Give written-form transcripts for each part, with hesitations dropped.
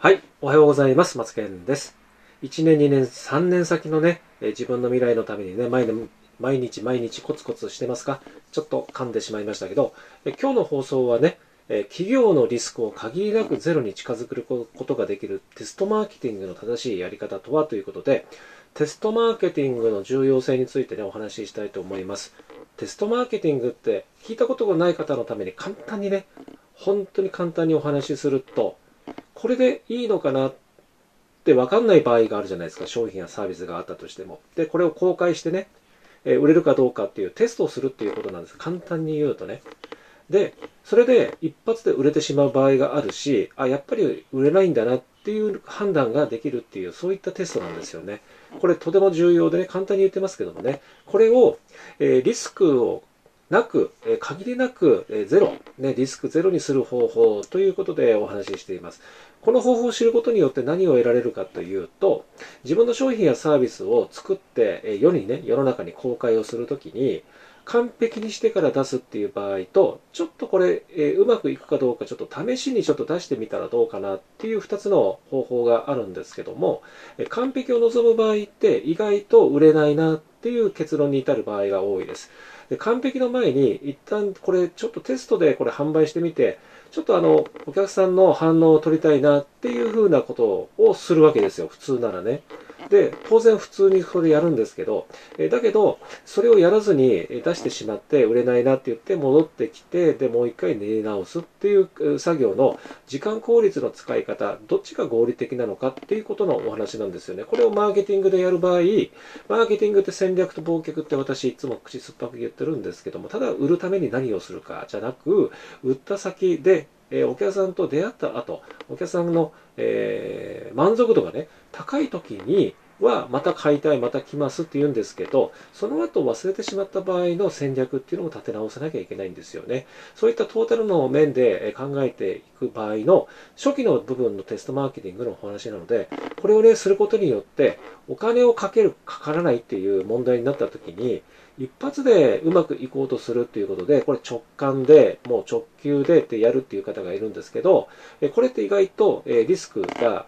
はい、おはようございます。松健です。1年、2年、3年先のね、自分の未来のためにね、毎日コツコツしてますか？ちょっと噛んでしまいましたけど、今日の放送はね、企業のリスクを限りなくゼロに近づけることができるテストマーケティングの正しいやり方とはということで、テストマーケティングの重要性についてね、お話ししたいと思います。テストマーケティングって聞いたことがない方のために簡単にね、本当に簡単にお話しすると、これでいいのかなって分かんない場合があるじゃないですか。商品やサービスがあったとしても。で、これを公開してね、売れるかどうかっていうテストをするっていうことなんです。簡単に言うとね。で、それで一発で売れてしまう場合があるし、やっぱり売れないんだなっていう判断ができるっていう、そういったテストなんですよね。これとても重要でね、簡単に言ってますけどもね、これを、リスクをなく、限りなく、ゼロ、ね、リスクゼロにする方法ということでお話ししています。この方法を知ることによって何を得られるかというと、自分の商品やサービスを作って、世の中に公開をするときに、完璧にしてから出すっていう場合と、ちょっとこれ、うまくいくかどうか、ちょっと試しにちょっと出してみたらどうかなっていう2つの方法があるんですけども、完璧を望む場合って意外と売れないなっていう結論に至る場合が多いです。で、完璧の前に一旦これちょっとテストでこれ販売してみて、ちょっとお客さんの反応を取りたいなっていうふうなことをするわけですよ、普通ならね。で、当然普通にこれやるんですけど、だけど、それをやらずに出してしまって売れないなって言って戻ってきて、で、もう一回練り直すっていう作業の時間効率の使い方、どっちが合理的なのかっていうことのお話なんですよね。これをマーケティングでやる場合、マーケティングって戦略と忘却って私いつも口酸っぱく言ってるんですけども、ただ売るために何をするかじゃなく、売った先でお客さんと出会った後、お客さんの、満足度がね、高い時にはまた買いたい、また来ますって言うんですけど、その後忘れてしまった場合の戦略っていうのも立て直さなきゃいけないんですよね。そういったトータルの面で考えていく場合の初期の部分のテストマーケティングのお話なので、これをね、することによってお金をかける、かからないっていう問題になった時に、一発でうまくいこうとするっていうことで、これ直感で、もう直球でってやるっていう方がいるんですけど、これって意外とリスクが、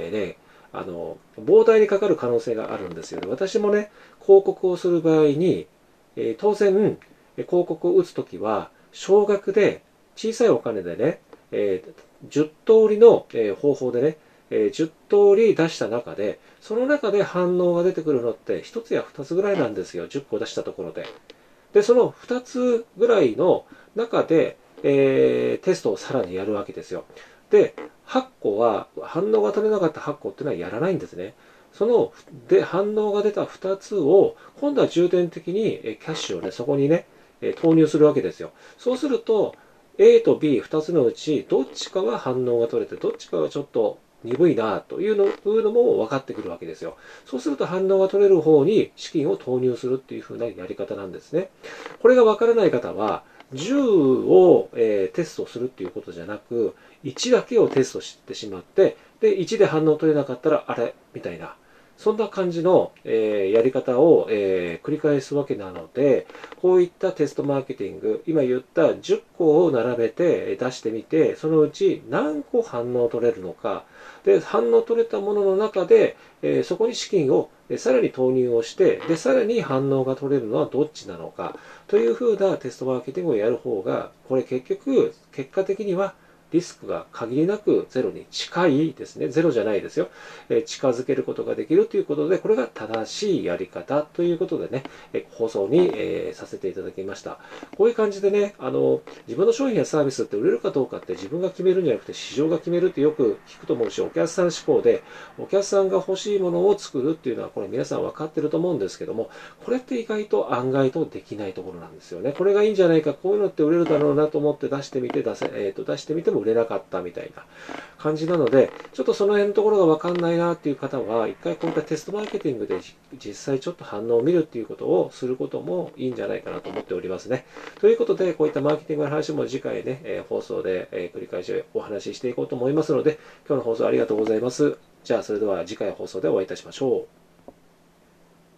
膨大にかかる可能性があるんですよね。私もね、広告をする場合に、当然、広告を打つときは、少額で、小さいお金でね、10通りの方法でね、10通り出した中で、その中で反応が出てくるのって1つや2つぐらいなんですよ。10個出したところで。で、その2つぐらいの中で、テストをさらにやるわけですよ。で、8個は、反応が取れなかった8個っていうのはやらないんですね。その、で、反応が出た2つを、今度は重点的にキャッシュをね、そこにね、投入するわけですよ。そうすると、A と B2 つのうち、どっちかは反応が取れて、どっちかがちょっと鈍いなというのも分かってくるわけですよ。そうすると反応が取れる方に資金を投入するっていう風なやり方なんですね。これが分からない方は、10を、テストするっていうことじゃなく、1だけをテストしてしまって、で、1で反応取れなかったら、あれみたいな。そんな感じの、やり方を、繰り返すわけなので、こういったテストマーケティング、今言った10個を並べて出してみて、そのうち何個反応取れるのか、で、反応取れたものの中で、そこに資金をさらに投入をして、で、さらに反応が取れるのはどっちなのか、というふうなテストマーケティングをやる方が、これ結局、結果的にはリスクが限りなくゼロに近いですね。ゼロじゃないですよ。近づけることができるということで、これが正しいやり方ということでね、放送に、させていただきました。こういう感じでね、自分の商品やサービスって売れるかどうかって自分が決めるんじゃなくて市場が決めるってよく聞くと思うし、お客さん志向で、お客さんが欲しいものを作るっていうのは、これ皆さん分かってると思うんですけども、これって意外と案外とできないところなんですよね。これがいいんじゃないか、こういうのって売れるだろうなと思って出してみて、出してみても売れなかったみたいな感じなので、ちょっとその辺のところが分かんないなっていう方は、一回こういったテストマーケティングで実際ちょっと反応を見るっていうことをすることもいいんじゃないかなと思っておりますね。ということで、こういったマーケティングの話も次回ね、放送で繰り返しお話ししていこうと思いますので、今日の放送ありがとうございます。じゃあ、それでは次回放送でお会いいたしましょう。